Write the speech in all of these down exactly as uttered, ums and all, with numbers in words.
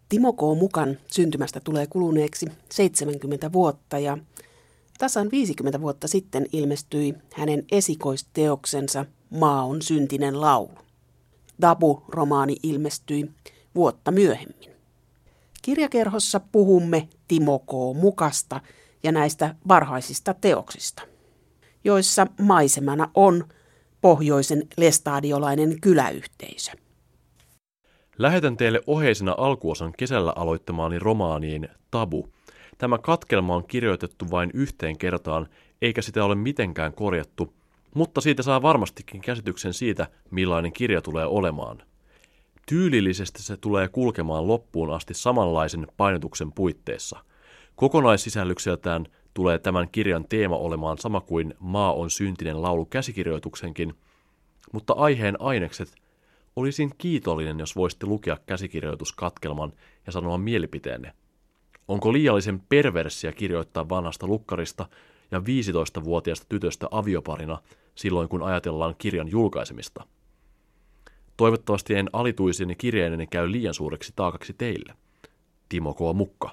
Timo K. Mukan syntymästä tulee kuluneeksi seitsemänkymmentä vuotta ja tasan viisikymmentä vuotta sitten ilmestyi hänen esikoisteoksensa Maa on syntinen laulu. Tabu-romaani ilmestyi vuotta myöhemmin. Kirjakerhossa puhumme Timo K. Mukasta ja näistä varhaisista teoksista, joissa maisemana on pohjoisen lestadiolainen kyläyhteisö. Lähetän teille oheisena alkuosan kesällä aloittamaani romaaniin Tabu. Tämä katkelma on kirjoitettu vain yhteen kertaan, eikä sitä ole mitenkään korjattu, mutta siitä saa varmastikin käsityksen siitä, millainen kirja tulee olemaan. Tyylillisesti se tulee kulkemaan loppuun asti samanlaisen painotuksen puitteissa. Kokonaissisällykseltään tulee tämän kirjan teema olemaan sama kuin Maa on syntinen laulu käsikirjoituksenkin, mutta aiheen ainekset olisin kiitollinen, jos voisitte lukea käsikirjoituskatkelman ja sanoa mielipiteenne. Onko liiallisen perverssiä kirjoittaa vanhasta lukkarista ja viisitoistavuotiaasta tytöstä avioparina silloin, kun ajatellaan kirjan julkaisemista? Toivottavasti en alituiseni kirjeineni käy liian suureksi taakaksi teille. Timo K. Mukka.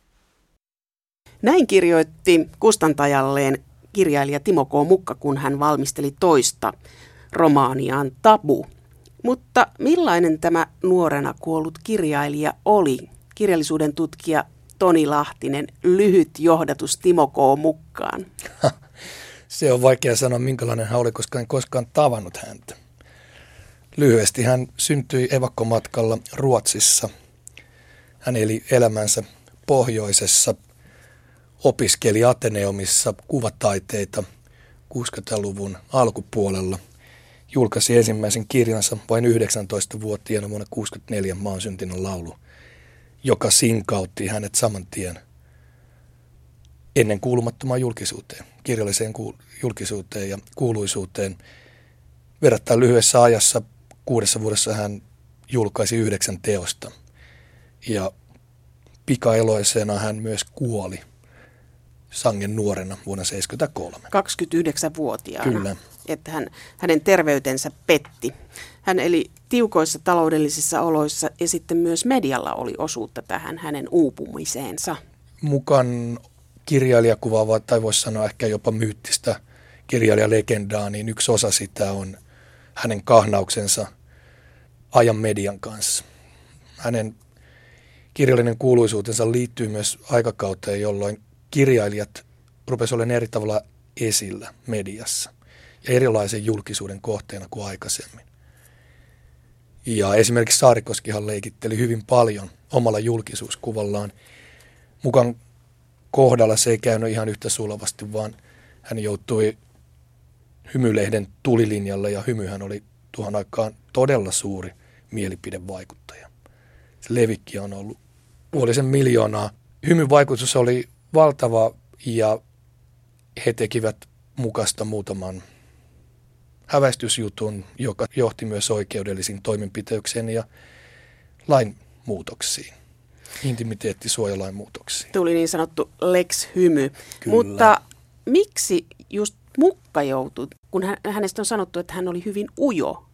Näin kirjoitti kustantajalleen kirjailija Timo K. Mukka, kun hän valmisteli toista romaaniaan Tabu. Mutta millainen tämä nuorena kuollut kirjailija oli? Kirjallisuuden tutkija Toni Lahtinen, lyhyt johdatus Timo K. Mukkaan. Se on vaikea sanoa, minkälainen hän oli, koska en koskaan tavannut häntä. Lyhyesti hän syntyi evakkomatkalla Ruotsissa. Hän eli elämänsä pohjoisessa, opiskeli Ateneumissa kuvataiteita kuusikymmentäluvun alkupuolella. Julkaisi ensimmäisen kirjansa vain yhdeksäntoistavuotiaana vuonna kuusikymmentäneljä Maan syntinen laulu, joka sinkautti hänet saman tien ennen kuulumattomaan julkisuuteen, kirjalliseen julkisuuteen ja kuuluisuuteen. Verrattain lyhyessä ajassa, kuudessa vuodessa hän julkaisi yhdeksän teosta ja pikaeloisena hän myös kuoli sangen nuorena vuonna seitsemänkymmentäkolme. kaksikymmentäyhdeksänvuotiaana. Kyllä. Että hän, hänen terveytensä petti. Hän eli tiukoissa taloudellisissa oloissa ja sitten myös medialla oli osuutta tähän hänen uupumiseensa. Mukan kirjailijakuvaavaa, tai voisi sanoa ehkä jopa myyttistä kirjailijalegendaa, niin yksi osa sitä on hänen kahnauksensa ajan median kanssa. Hänen kirjallinen kuuluisuutensa liittyy myös aikakauteen, jolloin kirjailijat rupesivat olemaan eri tavalla esillä mediassa ja erilaisen julkisuuden kohteena kuin aikaisemmin. Ja esimerkiksi Saarikoskihan leikitteli hyvin paljon omalla julkisuuskuvallaan. Mukan kohdalla se ei käynyt ihan yhtä sulavasti, vaan hän joutui Hymylehden tulilinjalle ja Hymyhän oli tuohon aikaan todella suuri mielipidevaikuttaja. Se levikki on ollut puolisen miljoonaa. Hymyn vaikutus oli valtava ja he tekivät Mukasta muutaman häväistysjutun, joka johti myös oikeudellisiin toimenpiteyksiin ja lainmuutoksiin, intimiteettisuojalain muutoksiin. Tuli niin sanottu Lex Hymy. Kyllä. Mutta miksi just Mukka joutui, kun hänestä on sanottu, että hän oli hyvin ujo?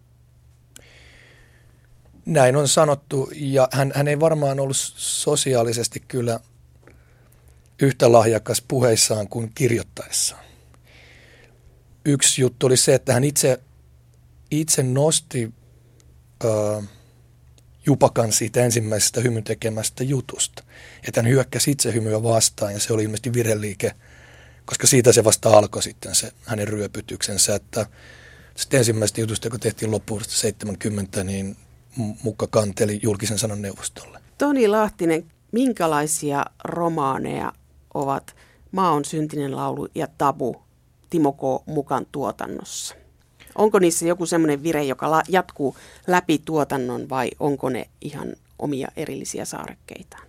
Näin on sanottu ja hän, hän ei varmaan ollut sosiaalisesti kyllä yhtä lahjakas puheissaan kuin kirjoittaessaan. Yksi juttu oli se, että hän itse, itse nosti äh, jupakan siitä ensimmäisestä Hymyn tekemästä jutusta. Että hän hyökkäsi itse Hymyä vastaan ja se oli ilmeisesti vireliike, koska siitä se vasta alkoi sitten se hänen ryöpytyksensä. Että sitten ensimmäisestä jutusta, joka tehtiin loppuun seitsemänkymmentä, niin Mukka kanteli julkisen sanan neuvostolle. Toni Lahtinen, minkälaisia romaaneja ovat Maa on syntinen laulu ja Tabu Timo K. Mukan tuotannossa? Onko niissä joku semmoinen vire, joka la- jatkuu läpi tuotannon vai onko ne ihan omia erillisiä saarekkeitaan?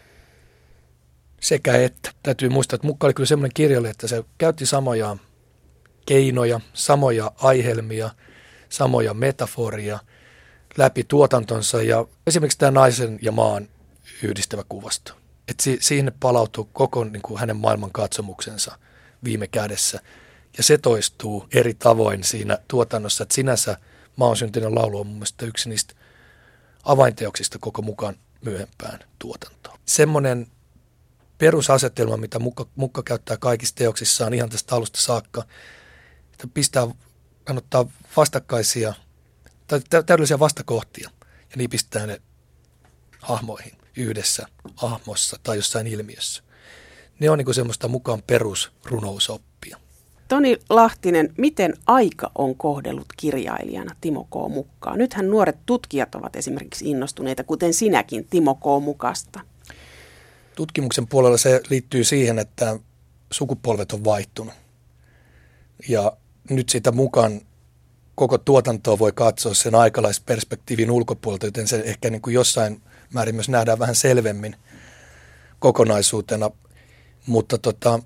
Sekä että. Täytyy muistaa, että Mukka oli kyllä semmoinen kirjailija, että se käytti samoja keinoja, samoja aihelmia, samoja metaforia läpi tuotantonsa ja esimerkiksi tämä naisen ja maan yhdistävä kuvasto. Että si- siihen palautuu koko niin kuin hänen maailmankatsomuksensa viime kädessä. Ja se toistuu eri tavoin siinä tuotannossa, että sinänsä Maa on syntinen laulu on mun mielestä yksi niistä avainteoksista koko Mukan myöhempään tuotantoon. Semmoinen perusasetelma, mitä Mukka, Mukka käyttää kaikissa teoksissaan ihan tästä alusta saakka, että pistää, kannattaa vastakkaisia tai täydellisiä vastakohtia ja nipistää ne hahmoihin yhdessä hahmossa tai jossain ilmiössä. Ne on niin kuin semmoista mukaan perusrunousoppia. Toni Lahtinen, miten aika on kohdellut kirjailijana Timo K. Mukkaa? Nythän nuoret tutkijat ovat esimerkiksi innostuneita, kuten sinäkin, Timo K. Mukasta. Tutkimuksen puolella se liittyy siihen, että sukupolvet on vaihtunut. Ja nyt sitä mukaan koko tuotantoa voi katsoa sen aikalaisperspektiivin ulkopuolelta, joten se ehkä niin kuin jossain määrin myös nähdään vähän selvemmin kokonaisuutena. Mutta tota,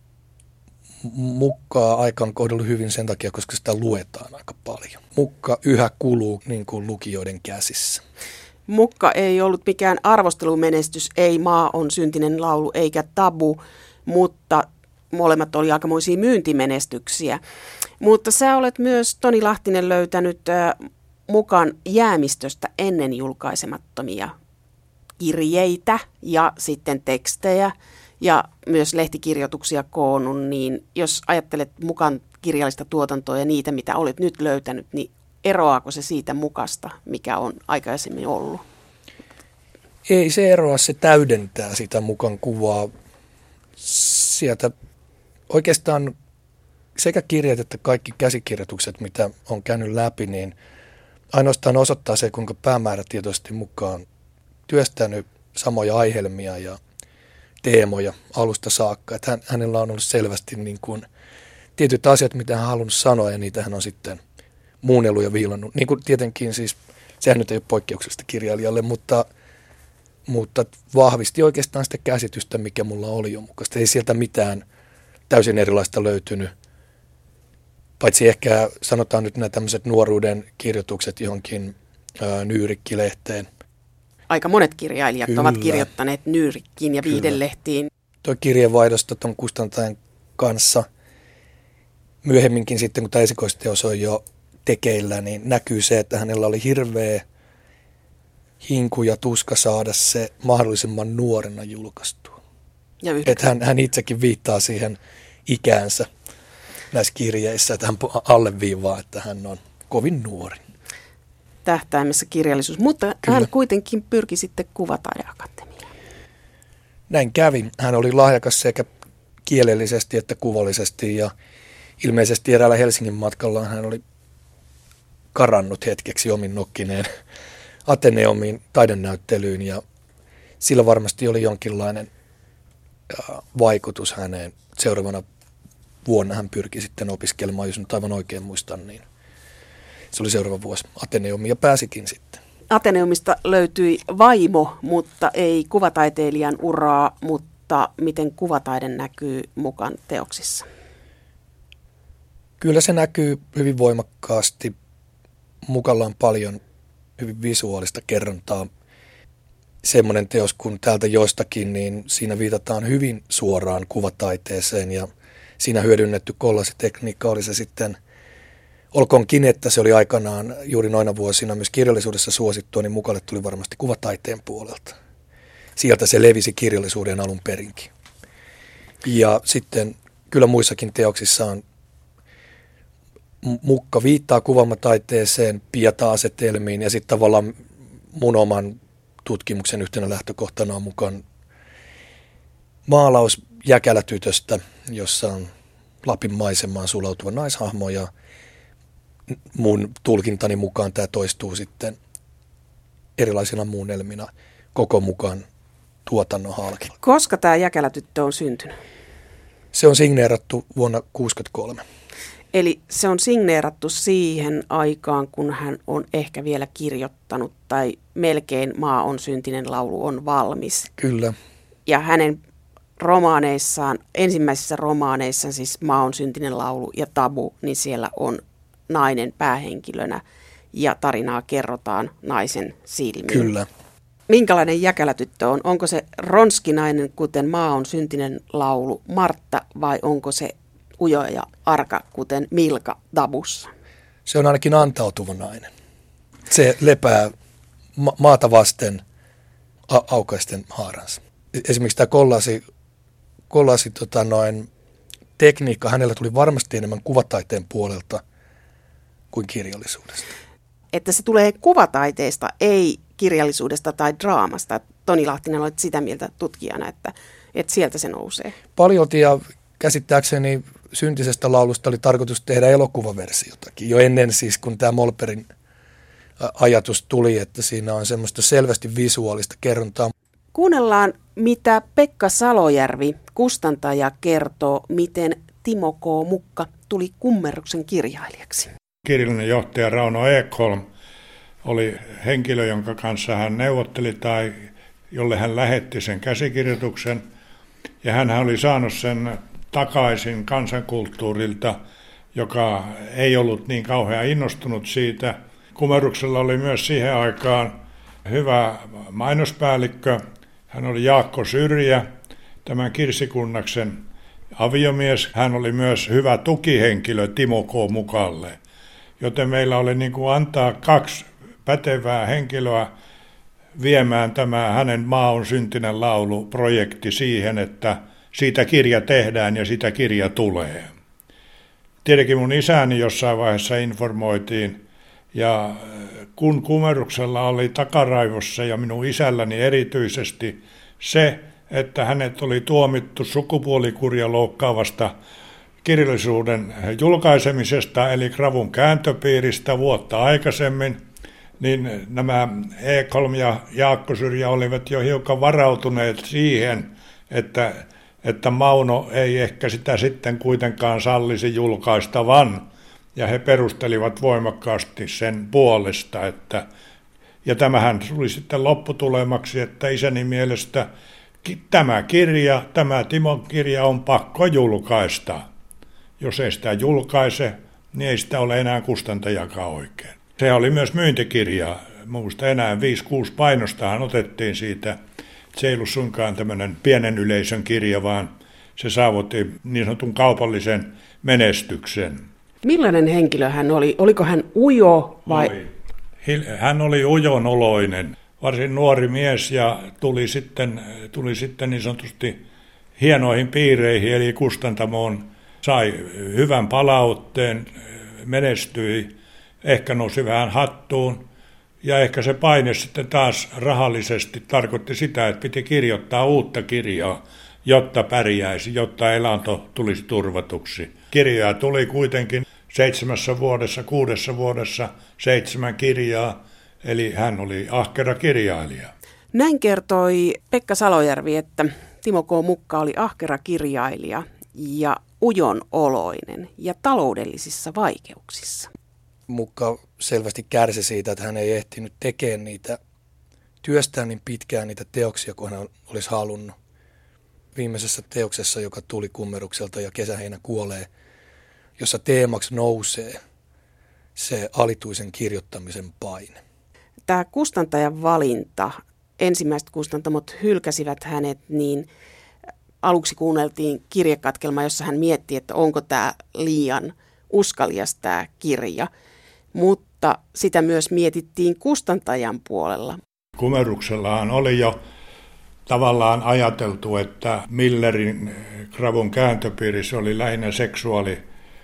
Mukkaa aika on kohdellut hyvin sen takia, koska sitä luetaan aika paljon. Mukka yhä kuluu niin kuin lukijoiden käsissä. Mukka ei ollut mikään arvostelumenestys, ei Maa on syntinen laulu eikä Tabu, mutta molemmat oli aikamoisia myyntimenestyksiä. Mutta sä olet myös, Toni Lahtinen, löytänyt äh, Mukan jäämistöstä ennen julkaisemattomia kirjeitä ja sitten tekstejä ja myös lehtikirjoituksia koonnut, niin jos ajattelet Mukan kirjallista tuotantoa ja niitä, mitä olet nyt löytänyt, niin eroaako se siitä Mukasta, mikä on aikaisemmin ollut? Ei se eroa, se täydentää sitä Mukan kuvaa. Sieltä oikeastaan sekä kirjat että kaikki käsikirjoitukset, mitä on käynyt läpi, niin ainoastaan osoittaa se, kuinka päämäärätietoisesti Mukaan työstänyt samoja aihelmia ja teemoja alusta saakka. Että hän, hänellä on ollut selvästi niin kuin tietyt asiat, mitä hän on halunnut sanoa, ja niitä hän on sitten muunnellut ja viilannut. Niin kuin tietenkin siis, sehän nyt ei ole poikkeuksellista kirjailijalle, mutta, mutta vahvisti oikeastaan sitä käsitystä, mikä mulla oli jo mukaista. Ei sieltä mitään täysin erilaista löytynyt, paitsi ehkä sanotaan nyt nämä tämmöiset nuoruuden kirjoitukset johonkin ää, Nyyrikki-lehteen. Aika monet kirjailijat Kyllä. ovat kirjoittaneet Nyyrikkiin ja Viihdelehtiin. Tuo kirjeenvaihdosta tuon kustantajan kanssa myöhemminkin sitten, kun tämä esikoisteos on jo tekeillä, niin näkyy se, että hänellä oli hirveä hinku ja tuska saada se mahdollisimman nuorena julkaistua. Että hän, hän itsekin viittaa siihen ikäänsä näissä kirjeissä, että hän alleviivaa, että hän on kovin nuori. Tähtäimessä kirjallisuus, mutta Kyllä. hän kuitenkin pyrki sitten Kuvataideakatemiaan. Näin kävi. Hän oli lahjakas sekä kielellisesti että kuvallisesti, ja ilmeisesti eräällä Helsingin matkallaan hän oli karannut hetkeksi omin nokkineen Ateneumiin taidenäyttelyyn, ja sillä varmasti oli jonkinlainen vaikutus häneen. Seuraavana vuonna hän pyrki sitten opiskelemaan, jos nyt aivan oikein muistan, niin se oli seuraava vuosi Ateneumiin ja pääsikin sitten. Ateneumista löytyi vaimo, mutta ei kuvataiteilijan uraa, mutta miten kuvataide näkyy Mukan teoksissa? Kyllä se näkyy hyvin voimakkaasti. Mukalla on paljon hyvin visuaalista kerrontaa. Semmoinen teos kuin Täältä jostakin, niin siinä viitataan hyvin suoraan kuvataiteeseen, ja siinä hyödynnetty kollasitekniikka oli se sitten, olkoonkin, että se oli aikanaan juuri noina vuosina myös kirjallisuudessa suosittua, niin Mukalle tuli varmasti kuvataiteen puolelta. Sieltä se levisi kirjallisuuden alun perinkin. Ja sitten kyllä muissakin teoksissa on Mukka viittaa kuvaamataiteeseen, pieta-asetelmiin, ja sitten tavallaan mun oman tutkimuksen yhtenä lähtökohtana on Mukan maalaus Jäkälätytöstä, jossa on Lapin maisemaan sulautuva naishahmo, ja mun tulkintani mukaan tämä toistuu sitten erilaisina muunnelmina koko Mukan tuotannon halki. Koska tämä Jäkälätyttö on syntynyt? Se on signeerattu vuonna tuhatyhdeksänsataakuusikymmentäkolme. Eli se on signeerattu siihen aikaan, kun hän on ehkä vielä kirjoittanut, tai melkein Maa on syntinen laulu on valmis. Kyllä. Ja hänen romaaneissaan, ensimmäisissä romaaneissaan, siis Maa on syntinen laulu ja Tabu, niin siellä on nainen päähenkilönä ja tarinaa kerrotaan naisen silmin. Kyllä. Minkälainen Jäkälätyttö on? Onko se ronskinainen, kuten Maa on syntinen laulu Martta, vai onko se ujo ja arka, kuten Milka Tabussa? Se on ainakin antautuva nainen. Se lepää ma- maata vasten a- aukaisten haaransa. Esimerkiksi tämä kollasi, kollasi tota noin, tekniikka, hänellä tuli varmasti enemmän kuvataiteen puolelta kuin kirjallisuudesta. Että se tulee kuvataiteesta, ei kirjallisuudesta tai draamasta. Toni Lahtinen, olet sitä mieltä tutkijana, että, että sieltä se nousee. Paljolti ja käsittääkseni Syntisestä laulusta oli tarkoitus tehdä elokuvaversiotakin. Jo ennen siis, kun tämä Molperin ajatus tuli, että siinä on semmoista selvästi visuaalista kerrontaa. Kuunnellaan, mitä Pekka Salojärvi, kustantaja, kertoo, miten Timo K. Mukka tuli Kummerruksen kirjailijaksi. Kirjallinen johtaja Rauno Ekholm oli henkilö, jonka kanssa hän neuvotteli tai jolle hän lähetti sen käsikirjoituksen. Ja hän oli saanut sen takaisin kansankulttuurilta, joka ei ollut niin kauhean innostunut siitä. Kummerruksella oli myös siihen aikaan hyvä mainospäällikkö. Hän oli Jaakko Syrjä, tämän Kirsi Kunnaksen aviomies. Hän oli myös hyvä tukihenkilö Timo K. Mukalle. Joten meillä oli niin kuin antaa kaksi pätevää henkilöä viemään tämä hänen Maa on syntinen laulu -projekti siihen, että siitä kirja tehdään ja siitä kirja tulee. Tietenkin mun isäni jossain vaiheessa informoitiin, ja kun Kummerruksella oli takaraivossa ja minun isälläni erityisesti se, että hänet oli tuomittu sukupuolikuria loukkaavasta kirjallisuuden julkaisemisesta, eli Gravun kääntöpiiristä vuotta aikaisemmin, niin nämä Ekholm ja Jaakko Syrjä olivat jo hiukan varautuneet siihen, että, että Mauno ei ehkä sitä sitten kuitenkaan sallisi julkaistavan. Ja he perustelivat voimakkaasti sen puolesta, että, ja tämähän tuli sitten lopputulemaksi, että isäni mielestä tämä kirja, tämä Timon kirja on pakko julkaista. Jos ei sitä julkaise, niin ei sitä ole enää kustantajakaan oikein. Se oli myös myyntikirja. Muista enää viisi kuusi painostahan otettiin siitä. Se ei ollut suinkaan tämmöinen pienen yleisön kirja, vaan se saavutti niin sanotun kaupallisen menestyksen. Millainen henkilö hän oli? Oliko hän ujo vai? Oli. Hän oli ujonoloinen, varsin nuori mies ja tuli sitten, tuli sitten niin sanotusti hienoihin piireihin, eli kustantamoon sai hyvän palautteen, menestyi, ehkä nousi vähän hattuun ja ehkä se paine sitten taas rahallisesti tarkoitti sitä, että piti kirjoittaa uutta kirjaa, jotta pärjäisi, jotta elanto tulisi turvatuksi. Kirjaa tuli kuitenkin seitsemässä vuodessa, kuudessa vuodessa seitsemän kirjaa, eli hän oli ahkera kirjailija. Näin kertoi Pekka Salojärvi, että Timo K. Mukka oli ahkera kirjailija ja ujon oloinen ja taloudellisissa vaikeuksissa. Mukka selvästi kärsi siitä, että hän ei ehtinyt tekemään niitä, työstää niin pitkään niitä teoksia, kun hän olisi halunnut. Viimeisessä teoksessa, joka tuli Kummerrukselta ja Kesäheinä kuolee, jossa teemaksi nousee se alituisen kirjoittamisen paine. Tämä kustantajan valinta, ensimmäiset kustantamot hylkäsivät hänet, niin aluksi kuunneltiin kirjekatkelma, jossa hän mietti, että onko tämä liian uskalias tämä kirja, mutta sitä myös mietittiin kustantajan puolella. Kummerruksellahan oli jo tavallaan ajateltu, että Millerin Gravun kääntöpiirissä oli lähinnä seksuaali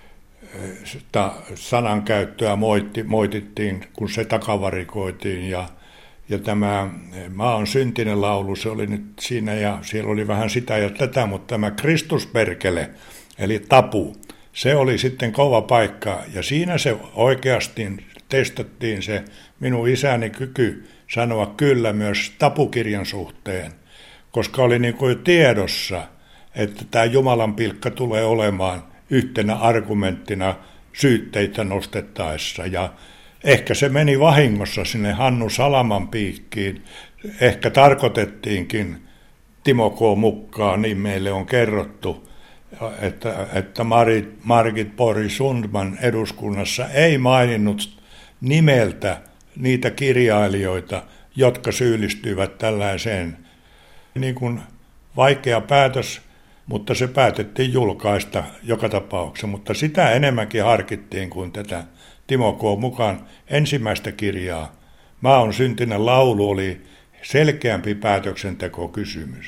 sanankäyttöä moitti, moitittiin, kun se takavarikoitiin. Ja, ja tämä Maa on syntinen laulu, se oli nyt siinä ja siellä oli vähän sitä ja tätä, mutta tämä Kristusperkele, eli tapu, se oli sitten kova paikka. Ja siinä se oikeasti testattiin se minun isäni kyky sanoa kyllä myös tapukirjan suhteen, koska oli niin kuin tiedossa, että tämä Jumalan pilkka tulee olemaan yhtenä argumenttina syytteitä nostettaessa. Ja ehkä se meni vahingossa sinne Hannu Salaman piikkiin. Ehkä tarkoitettiinkin Timo K. Mukkaa, niin meille on kerrottu, että, että Marit, Margit Pori Sundman eduskunnassa ei maininnut nimeltä niitä kirjailijoita, jotka syyllistyivät tällaiseen niin kuin vaikea päätös, mutta se päätettiin julkaista joka tapauksessa. Mutta sitä enemmänkin harkittiin kuin tätä Timo K. Mukan ensimmäistä kirjaa. Maa on syntinen laulu oli selkeämpi päätöksentekokysymys.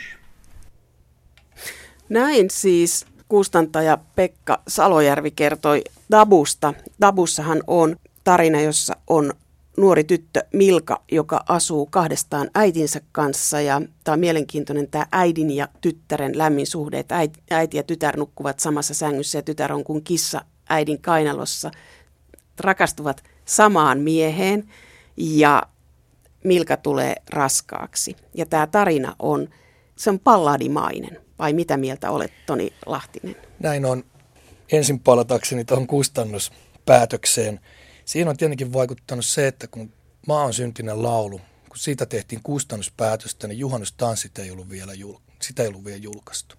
Näin siis kustantaja Pekka Salojärvi kertoi Tabusta. Tabussahan on tarina, jossa on nuori tyttö Milka, joka asuu kahdestaan äitinsä kanssa. Ja tämä on mielenkiintoinen tämä äidin ja tyttären lämmin suhde, että äiti ja tytär nukkuvat samassa sängyssä ja tytär on kuin kissa äidin kainalossa. Rakastuvat samaan mieheen ja Milka tulee raskaaksi. Ja tämä tarina on, se on palladimainen. Vai mitä mieltä olet, Toni Lahtinen? Näin on. Ensin palatakseni tuohon kustannuspäätökseen. Siihen on tietenkin vaikuttanut se, että kun Maa on syntinen laulu, kun siitä tehtiin kustannuspäätöstä, niin juhannustanssit ei ollut vielä, jul- sitä ei ollut vielä julkaistu.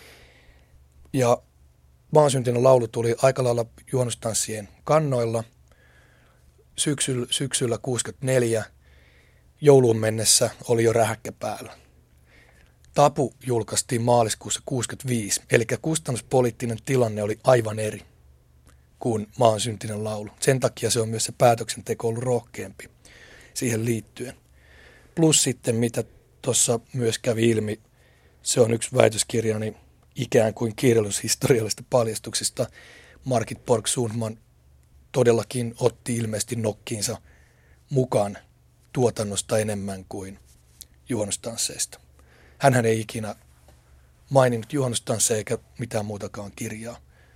Ja Maa on syntinen laulu tuli aika lailla juhannustanssien kannoilla syksyllä, syksyllä kuusikymmentäneljä. Jouluun mennessä oli jo rähäkkä päällä. Tabu julkaistiin maaliskuussa kuusikymmentäviisi, eli kustannuspoliittinen tilanne oli aivan eri kuin Maa on syntinen laulu. Sen takia se on myös se päätöksenteko ollut rohkeampi siihen liittyen. Plus sitten, mitä tuossa myös kävi ilmi, se on yksi väitöskirjani ikään kuin kirjallisuushistoriallisista paljastuksista. Margit Borg-Sundman todellakin otti ilmeisesti nokkiinsa mukaan tuotannosta enemmän kuin juhannustansseista. Hänhän ei ikinä maininnut juhannustansseja eikä mitään muutakaan kirjaa.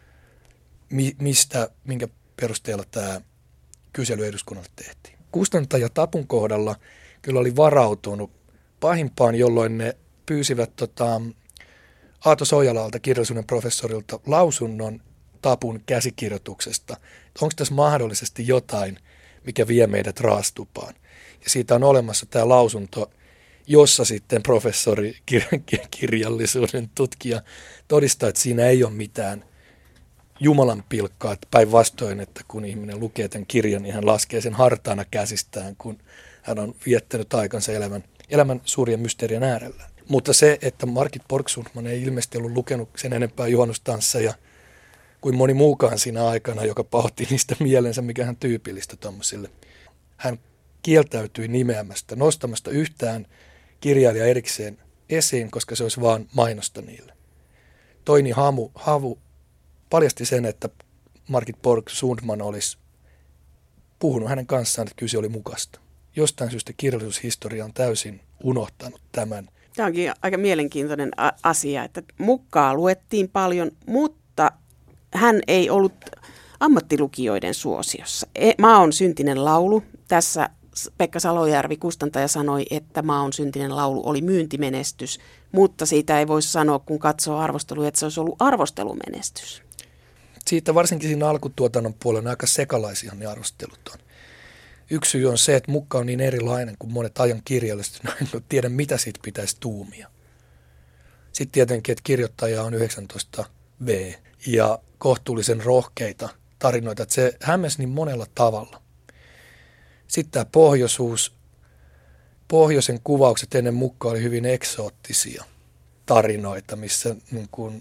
Mi- mistä, minkä perusteella tämä kysely eduskunnalle tehtiin. Kustantaja Tabun kohdalla kyllä oli varautunut pahimpaan, jolloin ne pyysivät tota, Aato Soijalalta, kirjallisuuden professorilta, lausunnon Tabun käsikirjoituksesta. Onko tässä mahdollisesti jotain, mikä vie meidät raastupaan? Ja siitä on olemassa tämä lausunto, jossa sitten professori, kir- kirjallisuuden tutkija todistaa, että siinä ei ole mitään Jumalan pilkkaa, että päinvastoin, että kun ihminen lukee tämän kirjan, niin hän laskee sen hartaana käsistään, kun hän on viettänyt aikansa elämän, elämän suurien mysteerien äärellä. Mutta se, että Margit Borg-Sundman ei ilmeisesti ollut lukenut sen enempää juhannustansseja kuin moni muukaan siinä aikana, joka pahoitti niistä mielensä, mikä hän tyypillistä tuommoisille. Hän kieltäytyi nimeämästä, nostamasta yhtään kirjailija erikseen esiin, koska se olisi vaan mainosta niille. Toini Hamu, Havu paljasti sen, että Margit Borg-Sundman olisi puhunut hänen kanssaan, että kyse oli mukasta. Jostain syystä kirjallisuushistoria on täysin unohtanut tämän. Tämä onkin aika mielenkiintoinen asia, että mukaa luettiin paljon, mutta hän ei ollut ammattilukijoiden suosiossa. Maa on syntinen laulu. Tässä Pekka Salojärvi, kustantaja, sanoi, että Maa on syntinen laulu oli myyntimenestys, mutta siitä ei voisi sanoa, kun katsoo arvosteluja, että se olisi ollut arvostelumenestys. Siitä varsinkin siinä alkutuotannon puolella aika sekalaisia ne arvostelut on. Yksi syy on se, että mukka on niin erilainen kuin monet ajan kirjalliset, en tiedä mitä siitä pitäisi tuumia. Sitten tietenkin, että kirjoittaja on yhdeksäntoista vuotias ja kohtuullisen rohkeita tarinoita, että se hämmäsi niin monella tavalla. Sitten tämä pohjoisuus, pohjoisen kuvaukset ennen mukkaa oli hyvin eksoottisia tarinoita, missä niin kuin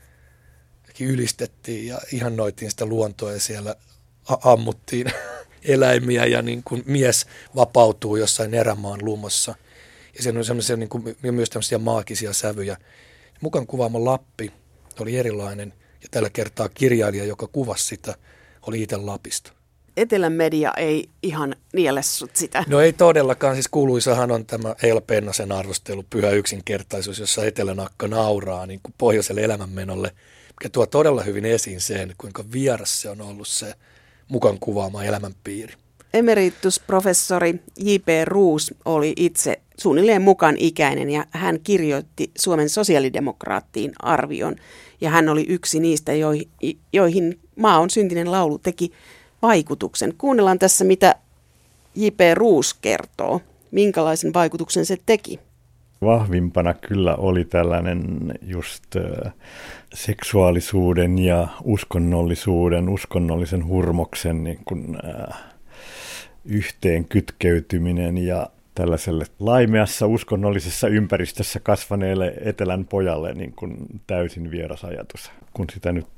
ylistettiin ja ihannoitiin sitä luontoa ja siellä ammuttiin eläimiä ja niin kuin mies vapautuu jossain erämaan lumossa. Ja siinä on semmoisia niin kuin, myös tämmöisiä maagisia sävyjä. Mukaan kuvaama Lappi oli erilainen ja tällä kertaa kirjailija, joka kuvasi sitä, oli itse Lapista. Etelän media ei ihan nielessut sitä. No ei todellakaan, siis kuuluisahan on tämä Eila Pennasen arvostelu Pyhä yksinkertaisuus, jossa Etelänakka nauraa niin kuin pohjoiselle elämänmenolle, mikä tuo todella hyvin esiin sen, kuinka vieras se on ollut se mukaan kuvaama elämänpiiri. Emeritusprofessori J P Roos oli itse suunnilleen mukaan ikäinen ja hän kirjoitti Suomen sosiaalidemokraattiin arvion. Ja hän oli yksi niistä, joihin Maa on syntinen laulu teki vaikutuksen. Kuunnellaan tässä, mitä J P Roos kertoo, minkälaisen vaikutuksen se teki. Vahvimpana kyllä oli tällainen just äh, seksuaalisuuden ja uskonnollisuuden, uskonnollisen hurmoksen niin kuin, äh, yhteen kytkeytyminen ja tällaiselle laimeassa uskonnollisessa ympäristössä kasvaneelle etelän pojalle niin kuin täysin vieras ajatus. Kun sitä nyt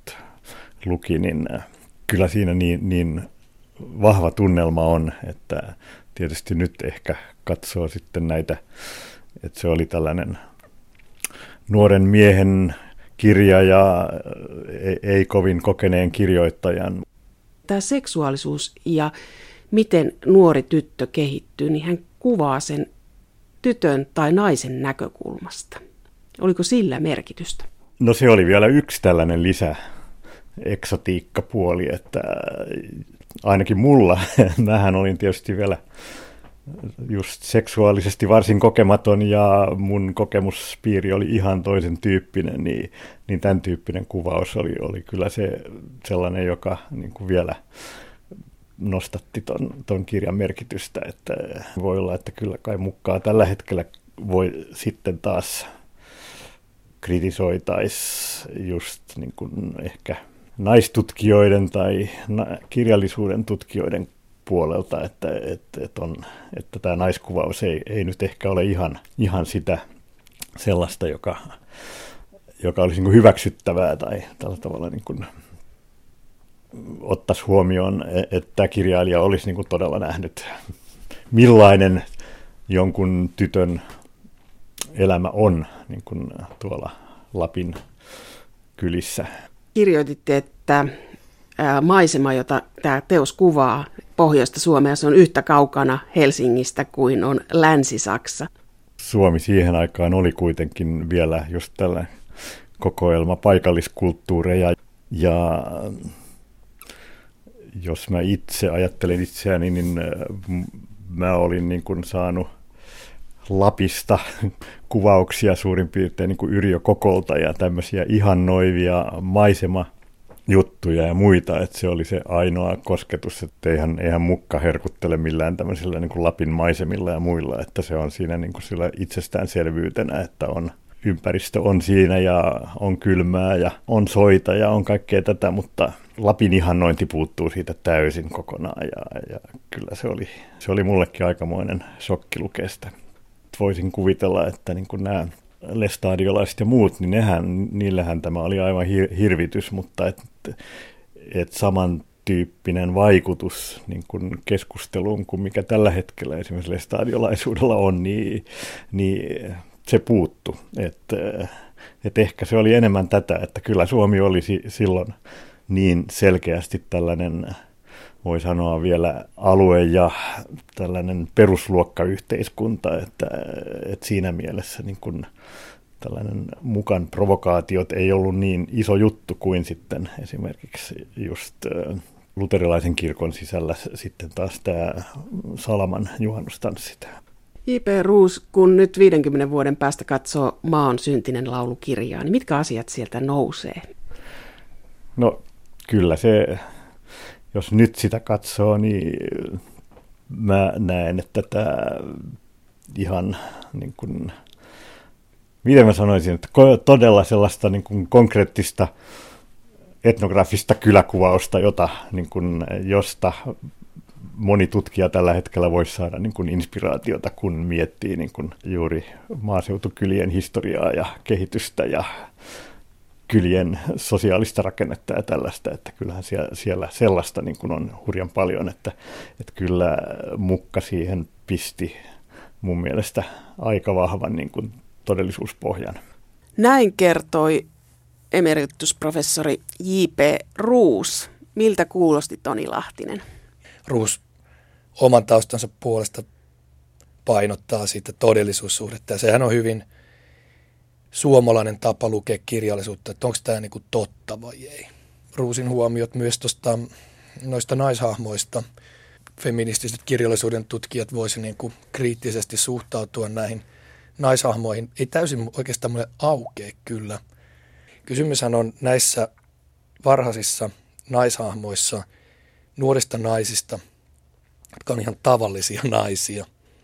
luki, niin äh, kyllä siinä niin, niin vahva tunnelma on, että tietysti nyt ehkä katsoo sitten näitä, että se oli tällainen nuoren miehen kirja ja ei, ei kovin kokeneen kirjoittajan. Tämä seksuaalisuus ja miten nuori tyttö kehittyy, niin hän kuvaa sen tytön tai naisen näkökulmasta. Oliko sillä merkitystä? No se oli vielä yksi tällainen lisä eksotiikkapuoli, että ainakin mulla, mähän olin tietysti vielä just seksuaalisesti varsin kokematon ja mun kokemuspiiri oli ihan toisen tyyppinen, niin, niin tämän tyyppinen kuvaus oli, oli kyllä se sellainen, joka niin kuin vielä nostatti ton, ton kirjan merkitystä, että voi olla, että kyllä kai mukaan tällä hetkellä voi sitten taas kritisoitaisiin just niin kuin ehkä naistutkijoiden tai na- kirjallisuuden tutkijoiden puolelta, että, että, että, on, että tämä naiskuvaus ei, ei nyt ehkä ole ihan, ihan sitä sellaista, joka, joka olisi niin kuin hyväksyttävää tai tällä tavalla niin kuin ottaisi huomioon, että tämä kirjailija olisi niin kuin todella nähnyt, millainen jonkun tytön elämä on niin kuin tuolla Lapin kylissä. Kirjoititte, että maisema, jota tämä teos kuvaa pohjoista Suomea, se on yhtä kaukana Helsingistä kuin on Länsi-Saksa. Suomi siihen aikaan oli kuitenkin vielä just tällä kokoelma paikalliskulttuureja. Ja jos mä itse ajattelen itseäni, niin mä olin niin kuin saanut Lapista kuvauksia suurin piirtein niin kuin Yrjö Kokolta ja tämmöisiä ihannoivia maisemajuttuja ja muita, että se oli se ainoa kosketus, että eihän, eihän mukka herkuttele millään tämmöisillä niin kuin Lapin maisemilla ja muilla, että se on siinä niin kuin sillä itsestäänselvyytenä, että on ympäristö on siinä ja on kylmää ja on soita ja on kaikkea tätä, mutta Lapin ihannointi puuttuu siitä täysin kokonaan ja, ja kyllä se oli, se oli mullekin aikamoinen shokki lukea sitä. Voisin kuvitella, että niin kuin nämä lestadiolaiset ja muut, niin nehän, niillähän tämä oli aivan hir- hirvitys, mutta et, et samantyyppinen vaikutus niin kuin keskusteluun kuin mikä tällä hetkellä esimerkiksi lestadiolaisuudella on, niin, niin se puuttu. Että et ehkä se oli enemmän tätä, että kyllä Suomi oli si- silloin niin selkeästi tällainen, voi sanoa vielä alue- ja tällainen perusluokkayhteiskunta, että, että siinä mielessä niin kun tällainen mukan provokaatiot ei ollut niin iso juttu kuin sitten esimerkiksi just luterilaisen kirkon sisällä sitten taas tämä Salaman juhannustanssi. J P. Roos, kun nyt viidenkymmenen vuoden päästä katsoo Maa on syntinen laulukirjaa, niin mitkä asiat sieltä nousee? No kyllä se, jos nyt sitä katsoo, niin mä näen, että tämä ihan niin kuin, miten mä sanoisin, että todella sellaista niin kuin konkreettista etnografista kyläkuvausta, jota, niin kuin, josta moni tutkija tällä hetkellä voisi saada niin kuin inspiraatiota, kun miettii niin kuin juuri maaseutukylien historiaa ja kehitystä ja kylien sosiaalista rakennetta ja tällaista, että kyllähän siellä, siellä sellaista niin kuin on hurjan paljon, että, että kyllä mukka siihen pisti mun mielestä aika vahvan niin kuin todellisuuspohjan. Näin kertoi emeritusprofessori J P. Roos. Miltä kuulosti Toni Lahtinen? Roos oman taustansa puolesta painottaa siitä todellisuussuhdetta, ja sehän on hyvin suomalainen tapa lukea kirjallisuutta, että onko tämä niinku totta vai ei. Roosin huomiot myös tosta, noista naishahmoista. Feministiset kirjallisuuden tutkijat voisivat niinku kriittisesti suhtautua näihin naishahmoihin. Ei täysin oikeastaan mulle aukea kyllä. Kysymyshän on näissä varhaisissa naishahmoissa nuorista naisista, jotka on ihan tavallisia naisia.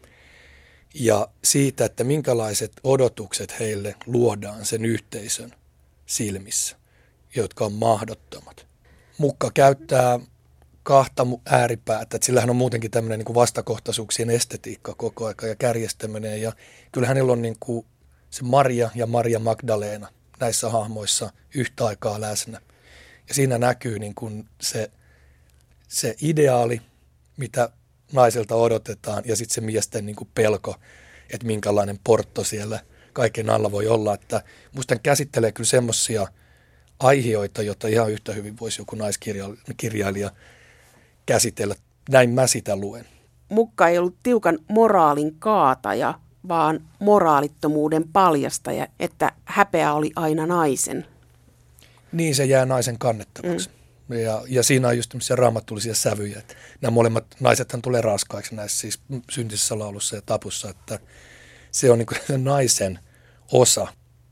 Ja siitä, että minkälaiset odotukset heille luodaan sen yhteisön silmissä, jotka on mahdottomat. Mukka käyttää kahta ääripäätä, että sillähän on muutenkin tämmöinen niin kuin vastakohtaisuuksien estetiikka koko aika ja kärjestäminen. Ja kyllä hänellä on niin kuin se Maria ja Maria Magdalena näissä hahmoissa yhtä aikaa läsnä. Ja siinä näkyy niin kuin se, se ideaali, mitä naiselta odotetaan ja sitten se miesten niin kuin pelko, että minkälainen portto siellä kaiken alla voi olla. Että musta käsittelee kyllä semmoisia aiheita, joita ihan yhtä hyvin voisi joku naiskirjailija käsitellä. Näin mä sitä luen. Mukka ei ollut tiukan moraalin kaataja, vaan moraalittomuuden paljastaja, että häpeä oli aina naisen. Niin, se jää naisen kannettavaksi. Mm. Ja, ja siinä on just tämmöisiä raamattullisia sävyjä. Että nämä molemmat naisethan tulee raskaiksi näissä siis syntisessä laulussa ja tapussa, että se on niin kuin se naisen osa.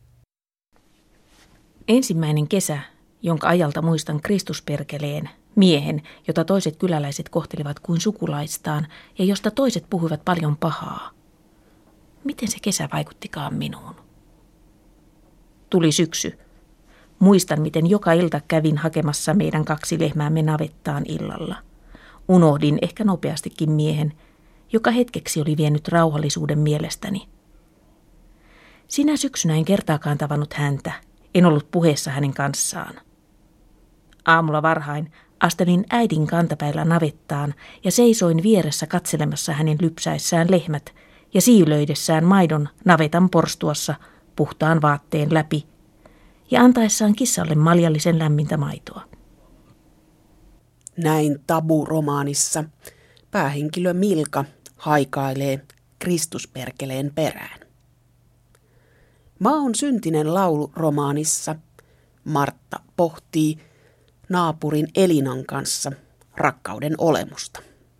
Ensimmäinen kesä, jonka ajalta muistan Kristusperkeleen, miehen, jota toiset kyläläiset kohtelivat kuin sukulaistaan ja josta toiset puhuivat paljon pahaa. Miten se kesä vaikuttikaan minuun? Tuli syksy. Muistan, miten joka ilta kävin hakemassa meidän kaksi lehmäämme navettaan illalla. Unohdin ehkä nopeastikin miehen, joka hetkeksi oli vienyt rauhallisuuden mielestäni. Sinä syksynä en kertaakaan tavannut häntä. En ollut puheessa hänen kanssaan. Aamulla varhain astelin äidin kantapäillä navettaan ja seisoin vieressä katselemassa hänen lypsäessään lehmät ja siilöidessään maidon navetan porstuassa puhtaan vaatteen läpi ja antaessaan kissalle maljallisen lämmintä maitoa. Näin Tabu-romaanissa päähenkilö Milka haikailee Kristusperkeleen perään. Maon syntinen laulu romaanissa Martta pohtii naapurin Elinan kanssa rakkauden olemusta.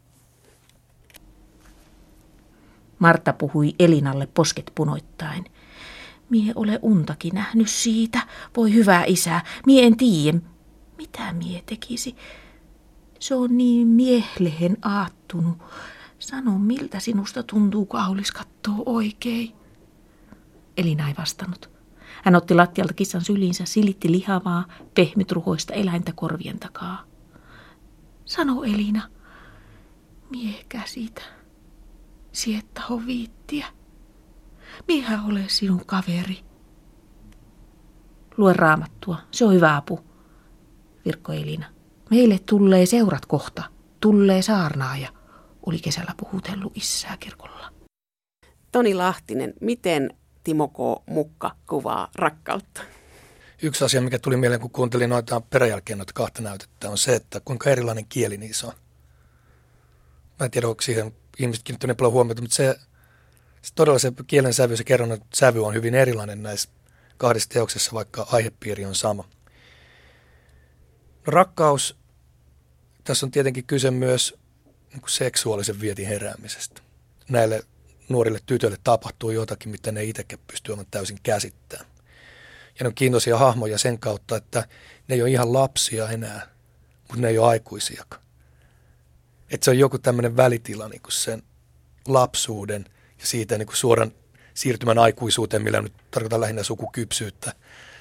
Martta puhui Elinalle posket punoittain. Mie ole untakin nähnyt siitä. Voi hyvä isä, mie en tiedä. Mitä mie tekisi? Se on niin miehlehen aattunut. Sano, miltä sinusta tuntuu, kaulis kattoo oikein. Elina ei vastannut. Hän otti lattialta kissan syliinsä, silitti lihavaa, pehmytruhoista eläintä korvien takaa. Sano, Elina, mie käsitä. Siettaho viittiä. Miehän ole sinun kaveri. Lue raamattua, se on hyvä apu, virkkoi Elina. Meille tulee seurat kohta, tulee saarnaaja, oli kesällä puhutellut isää kirkolla. Toni Lahtinen, miten Timo K. Mukka kuvaa rakkautta? Yksi asia, mikä tuli mieleen, kun kuuntelin noita peräjälkeen noita kahta näytettä, on se, että kuinka erilainen kieli niissä on. Mä en tiedä, onko siihen ihmiset kiinnittäneet paljon huomiota, mutta se, se todella se kielen sävy, se kerronnan sävy on hyvin erilainen näissä kahdessa teoksessa, vaikka aihepiiri on sama. No, rakkaus, tässä on tietenkin kyse myös niin kuin seksuaalisen vietin heräämisestä. Näille nuorille tytöille tapahtuu jotakin, mitä ne itsekin pystyvät täysin käsittämään. Ja ne on kiintoisia hahmoja sen kautta, että ne ei ole ihan lapsia enää, mutta ne ei ole aikuisiakaan. Että se on joku tämmöinen välitila niin kuin sen lapsuuden ja siitä niin kuin suoran siirtymän aikuisuuteen, millä nyt tarkoitan lähinnä sukukypsyyttä,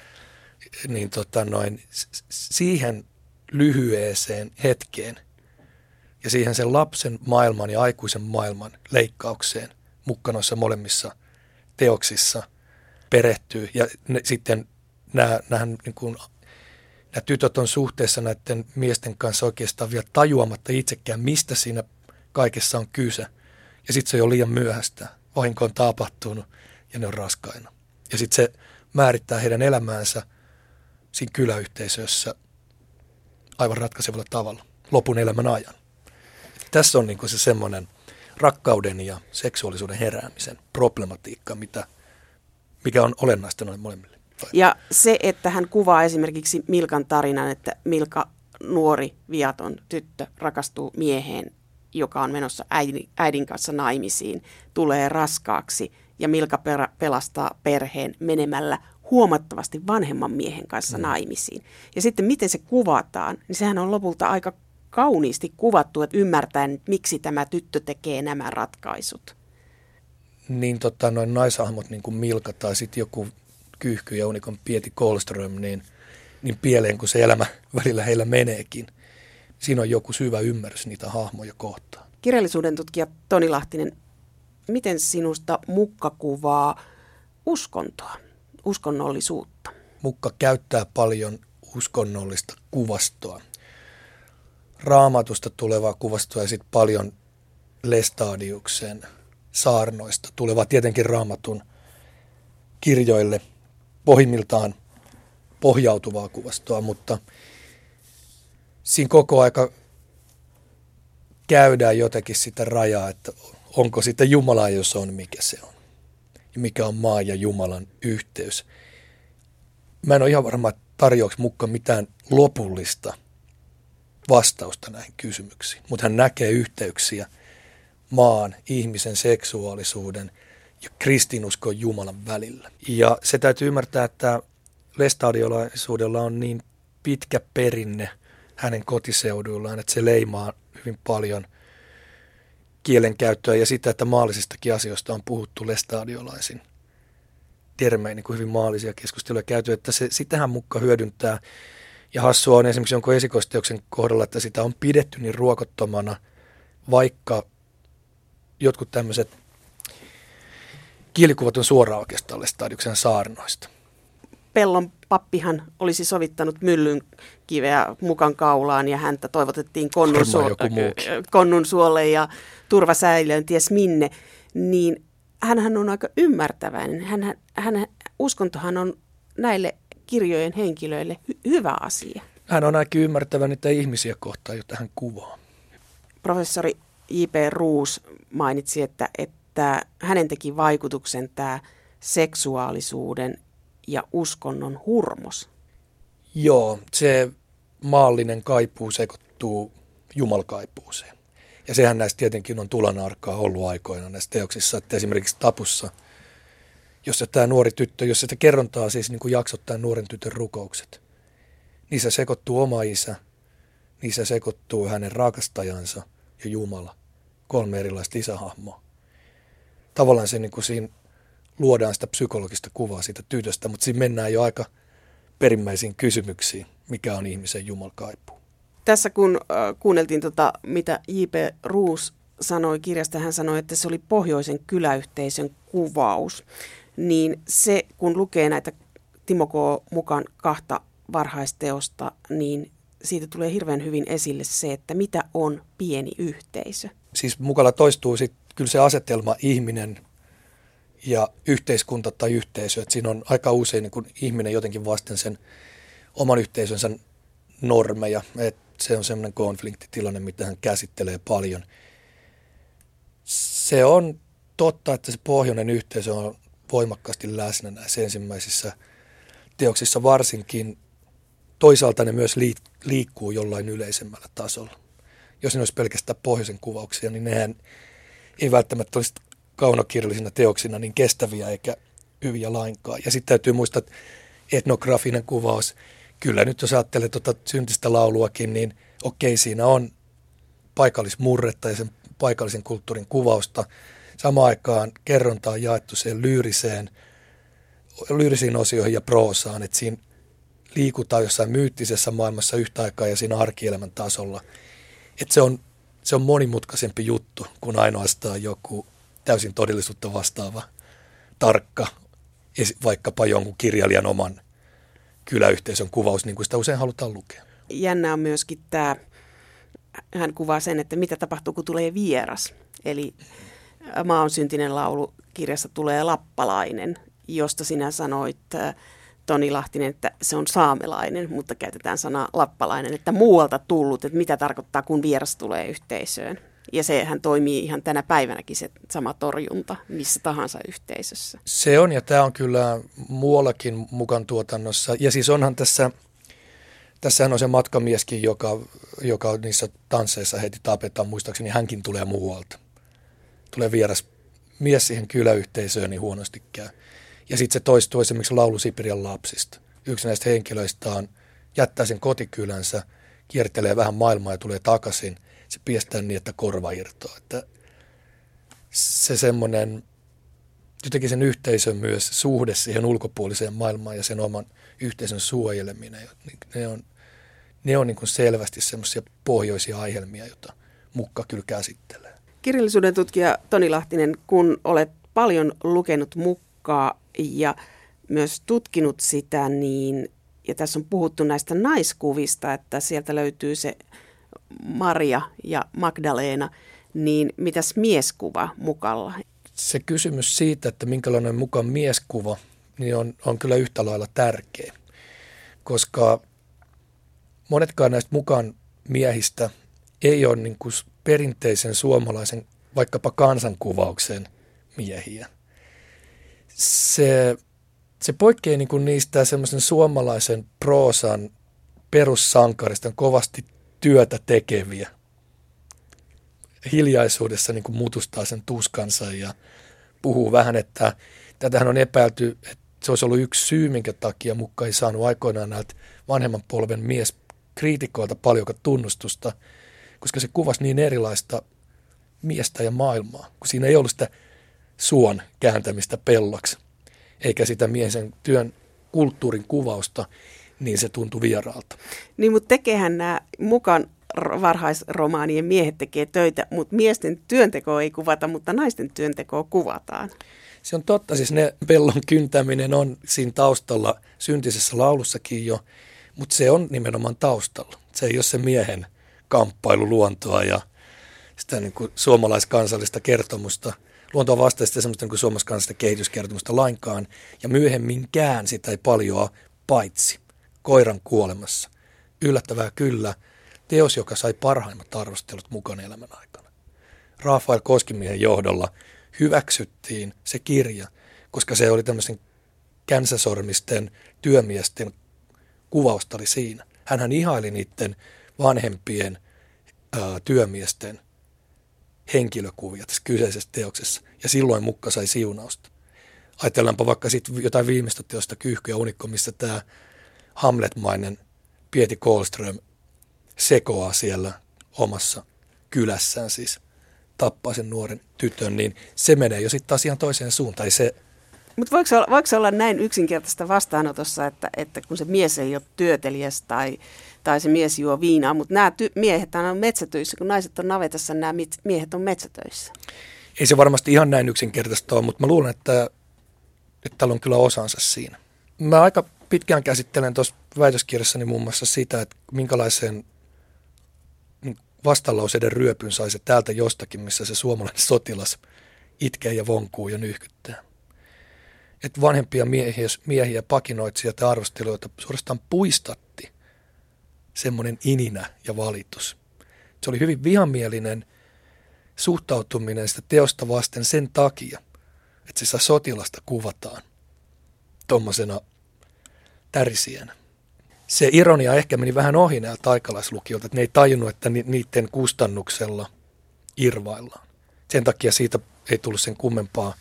niin tota noin, siihen lyhyeseen hetkeen ja siihen sen lapsen maailman ja aikuisen maailman leikkaukseen Mukka noissa molemmissa teoksissa perehtyy. Ja ne, sitten nämä, nämä, niin kuin, nämä tytöt on suhteessa näiden miesten kanssa oikeastaan vielä tajuamatta itsekään, mistä siinä kaikessa on kyse. Ja sitten se on jo liian myöhäistä. Vahinko on tapahtunut ja ne on raskaina. Ja sitten se määrittää heidän elämäänsä siinä kyläyhteisössä aivan ratkaisevalla tavalla lopun elämän ajan. Tässä on niin kuin se semmoinen rakkauden ja seksuaalisuuden heräämisen problematiikka, mitä, mikä on olennaista noille molemmille. Ja se, että hän kuvaa esimerkiksi Milkan tarinan, että Milka, nuori, viaton tyttö, rakastuu mieheen, joka on menossa äidin, äidin kanssa naimisiin, tulee raskaaksi ja Milka per, pelastaa perheen menemällä huomattavasti vanhemman miehen kanssa mm. naimisiin. Ja sitten miten se kuvataan, niin sehän on lopulta aika kauniisti kuvattu, että ymmärtäen, miksi tämä tyttö tekee nämä ratkaisut. Niin tota, noin naishahmot, niin kuin Milka tai sitten joku Kyyhky ja Unikon Pieti Kohlström, niin, niin pieleen kuin se elämä välillä heillä meneekin. Siinä on joku syvä ymmärrys niitä hahmoja kohtaan. Kirjallisuuden tutkija Toni Lahtinen, miten sinusta Mukka kuvaa uskontoa, uskonnollisuutta? Mukka käyttää paljon uskonnollista kuvastoa. Raamatusta tulevaa kuvastoa ja sitten paljon Lestadiuksen saarnoista tuleva tietenkin Raamatun kirjoille pohjimmiltaan pohjautuvaa kuvastoa, mutta siinä koko aika käydään jotenkin sitä rajaa, että onko sitä Jumalaa, jos on, mikä se on. Ja mikä on maan ja Jumalan yhteys. Mä en ole ihan varma, että tarjoaks Mukka mitään lopullista vastausta näihin kysymyksiin, mutta hän näkee yhteyksiä maan, ihmisen seksuaalisuuden ja kristinuskon Jumalan välillä. Ja se täytyy ymmärtää, että lestadiolaisuudella on niin pitkä perinne hänen kotiseuduillaan, että se leimaa hyvin paljon kielenkäyttöä ja sitä, että maallisistakin asioista on puhuttu lestadiolaisin termein, niin kuin hyvin maallisia keskusteluja käyty, että se, sitähän Mukka hyödyntää. Ja hassua on esimerkiksi jonkun esikoisteoksen kohdalla, että sitä on pidetty niin ruokottomana, vaikka jotkut tämmöiset kielikuvat on suoraan oikeastaan Lestadiuksen saarnoista. Pellon pappihan olisi sovittanut myllynkiveä Mukan kaulaan ja häntä toivotettiin Konnunsuolle, Konnunsuolle ja turvasäilöön ties minne, niin hänhän on aika ymmärtäväinen. Hän, hän, uskontohan on näille kirjojen henkilöille hy- hyvä asia. Hän on aika ymmärtävä niitä ihmisiä kohtaan, joita hän kuvaa. Professori J P Roos mainitsi, että, että hänen teki vaikutuksen tämä seksuaalisuuden ja uskonnon hurmos. Joo, se maallinen kaipuu sekoittuu jumalkaipuuseen. Ja sehän näistä tietenkin on tulanarkkaa ollut aikoina näissä teoksissa, että esimerkiksi Tapussa, jossa tämä nuori tyttö, jos sitä kerrontaa siis niin kuin jaksottaa nuoren tytön rukoukset, niissä sekoittuu oma isä, niissä sekoittuu hänen rakastajansa ja Jumala, kolme erilaista isähahmoa. Tavallaan se niin kuin siinä luodaan sitä psykologista kuvaa siitä tytöstä, mutta siinä mennään jo aika perimmäisiin kysymyksiin, mikä on ihmisen jumalkaipuu. Tässä kun äh, kuunneltiin, tota, mitä J P Roos sanoi kirjasta, hän sanoi, että se oli pohjoisen kyläyhteisön kuvaus, niin se, kun lukee näitä Timo K. Mukan kahta varhaisteosta, niin siitä tulee hirveän hyvin esille se, että mitä on pieni yhteisö. Siis Mukalla toistuu sitten kyllä se asetelma ihminen ja yhteiskunta tai yhteisö, että siinä on aika usein niin kun ihminen jotenkin vasten sen oman yhteisönsä normeja, että se on semmoinen konfliktitilanne, mitä hän käsittelee paljon. Se on totta, että se pohjoinen yhteisö on voimakkaasti läsnä näissä ensimmäisissä teoksissa varsinkin. Toisaalta ne myös liikkuu jollain yleisemmällä tasolla. Jos ne olisi pelkästään pohjoisen kuvauksia, niin nehän ei välttämättä olisi kaunokirjallisina teoksina niin kestäviä eikä hyviä lainkaan. Ja sitten täytyy muistaa, että etnografinen kuvaus, kyllä nyt jos ajattelee tuota syntistä lauluakin, niin okei, siinä on paikallismurretta ja sen paikallisen kulttuurin kuvausta. Samaan aikaan kerronta on jaettu siihen lyyriseen, lyyrisiin osioihin ja proosaan, että siinä liikutaan jossain myyttisessä maailmassa yhtä aikaa ja siinä arkielämän tasolla. Että se on, se on monimutkaisempi juttu kuin ainoastaan joku täysin todellisuutta vastaava tarkka, vaikkapa jonkun kirjailijan oman kyläyhteisön kuvaus, niin kuin sitä usein halutaan lukea. Jännä on myöskin tämä, hän kuvaa sen, että mitä tapahtuu, kun tulee vieras. Eli Maa on syntinen laulu -kirjassa tulee lappalainen, josta sinä sanoit, Toni Lahtinen, että se on saamelainen, mutta käytetään sanaa lappalainen, että muualta tullut, että mitä tarkoittaa, kun vieras tulee yhteisöön. Ja sehän toimii ihan tänä päivänäkin se sama torjunta missä tahansa yhteisössä. Se on, ja tämä on kyllä muuallakin Mukan tuotannossa. Ja siis onhan tässä, tässähän on se matkamieskin, joka, joka niissä tansseissa heti tapetaan, muistaakseni hänkin tulee muualta. Tulee vieras mies siihen kyläyhteisöön, niin huonosti käy. Ja sitten se toistuu esimerkiksi laulu Siperian lapsista. Yksi näistä henkilöistä on, jättää sen kotikylänsä, kiertelee vähän maailmaa ja tulee takaisin. Se piestää niin, että korva irtoaa. Että se semmoinen, jotenkin sen yhteisön myös suhde siihen ulkopuoliseen maailmaan ja sen oman yhteisön suojeleminen, ne on, ne on niin kuin selvästi semmoisia pohjoisia aihelmia, joita Mukka kyllä käsittelee. Kirjallisuuden tutkija Toni Lahtinen, kun olet paljon lukenut Mukkaa ja myös tutkinut sitä, niin, ja tässä on puhuttu näistä naiskuvista, että sieltä löytyy se Maria ja Magdalena, niin mitäs mieskuva mukalla? Se kysymys siitä, että minkälainen mukaan mieskuva, niin on, on kyllä yhtä lailla tärkeä, koska monetkaan näistä mukaan miehistä ei ole niin kuin perinteisen suomalaisen vaikkapa kansankuvauksen miehiä. Se, se poikkeaa niin kuin niistä semmoisen suomalaisen proosan perussankarista, kovasti työtä tekeviä. Hiljaisuudessa niin kuin mutustaa sen tuskansa ja puhuu vähän, että tätähän on epäilty, että se olisi ollut yksi syy, minkä takia Mukka ei saanut aikoinaan näiltä vanhemman polven mieskriitikoilta paljon tunnustusta, koska se kuvasi niin erilaista miestä ja maailmaa, kun siinä ei ollut sitä suon kääntämistä pelloksi, eikä sitä miehen työn kulttuurin kuvausta, niin se tuntui vieraalta. Niin, mutta tekehän nämä mukaan varhaisromaanien miehet tekee töitä, mutta miesten työntekoa ei kuvata, mutta naisten työntekoa kuvataan. Se on totta, siis ne pellon kyntäminen on siinä taustalla syntisessä laulussakin jo, mutta se on nimenomaan taustalla. Se ei ole se miehen kamppailu luontoa ja sitä niin kuin suomalaiskansallista kertomusta, luontoa vastaista semmoista niin kuin suomalaiskansallista kehityskertomusta lainkaan, ja myöhemminkään sitä ei paljoa paitsi koiran kuolemassa. Yllättävää kyllä, teos, joka sai parhaimmat arvostelut mukaan elämän aikana. Rafael Koskimiehen johdolla hyväksyttiin se kirja, koska se oli tämmöisen känsäsormisten työmiesten kuvausta oli siinä. Hänhän ihaili niiden vanhempien ää, työmiesten henkilökuvia tässä kyseisessä teoksessa, ja silloin Mukka sai siunausta. Ajatellaanpa vaikka sitten jotain viimeistä teosta, Kyyhky ja unikko, missä tämä Hamlet-mainen Pieti Kohlström sekoaa siellä omassa kylässään, siis tappaa sen nuoren tytön, niin se menee jo sitten taas ihan toiseen suuntaan. Se... Mutta voiko, voiko se olla näin yksinkertaista vastaanotossa, että, että kun se mies ei ole työtelijäs tai, tai se mies juo viinaa, mutta nämä ty- miehet on metsätöissä, kun naiset on navetassa, nämä mit- miehet on metsätöissä? Ei se varmasti ihan näin yksinkertaista ole, mutta mä luulen, että, että täällä on kyllä osansa siinä. Mä aika pitkään käsittelen tuossa väitöskirjassani muun muassa sitä, että minkälaisen vastalauseiden ryöpyn sai se täältä jostakin, missä se suomalainen sotilas itkee ja vonkuu ja nyhkyttää. Että vanhempia miehiä, miehiä pakinoitsijoita ja arvostelijoita suorastaan puistatti semmoinen ininä ja valitus. Se oli hyvin vihamielinen suhtautuminen sitä teosta vasten sen takia, että se sotilasta kuvataan tuommoisena tärisienä. Se ironia ehkä meni vähän ohi näiltä aikalaislukijoilta, että ne ei tajunnut, että ni- niiden kustannuksella irvaillaan. Sen takia siitä ei tullut sen kummempaa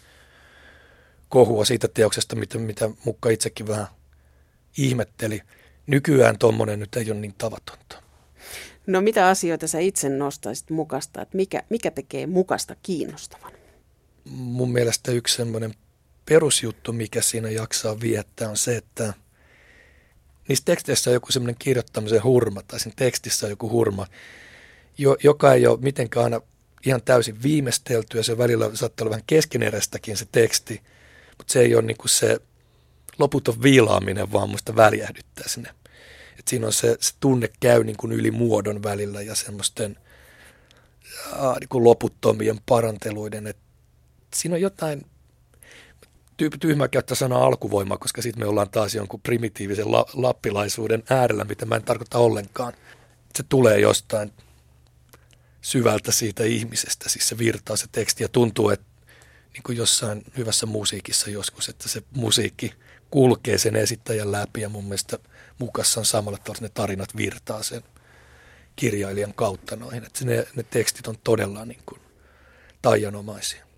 kohua siitä teoksesta, mitä, mitä Mukka itsekin vähän ihmetteli. Nykyään tuommoinen nyt ei ole niin tavatonta. No mitä asioita sä itse nostaisit Mukasta, että mikä, mikä tekee Mukasta kiinnostavan? Mun mielestä yksi semmoinen perusjuttu, mikä siinä jaksaa viettää, on se, että niissä teksteissä on joku semmoinen kirjoittamisen hurma, tai siinä tekstissä on joku hurma, jo, joka ei ole mitenkään aina ihan täysin viimeistelty, ja se välillä saattaa olla vähän keskeneräistäkin se teksti, mutta se ei ole niin kuin se loputon viilaaminen, vaan musta väljähdyttää sinne. Et siinä on se, se tunne käy niin kuin yli muodon välillä ja semmoisten aa, niin kuin loputtomien paranteluiden. Et siinä on jotain, tyhmää käyttää sanaa alkuvoimaa, koska sitten me ollaan taas jonkun primitiivisen la, lappilaisuuden äärellä, mitä mä en tarkoita ollenkaan. Se tulee jostain syvältä siitä ihmisestä, siis se virtaa se teksti ja tuntuu, että niin kuin jossain hyvässä musiikissa joskus, että se musiikki kulkee sen esittäjän läpi ja mun mielestä Mukassa on samalla tavalla, ne tarinat virtaa sen kirjailijan kautta noihin, että ne, ne tekstit on todella niin kuin taianomaisia.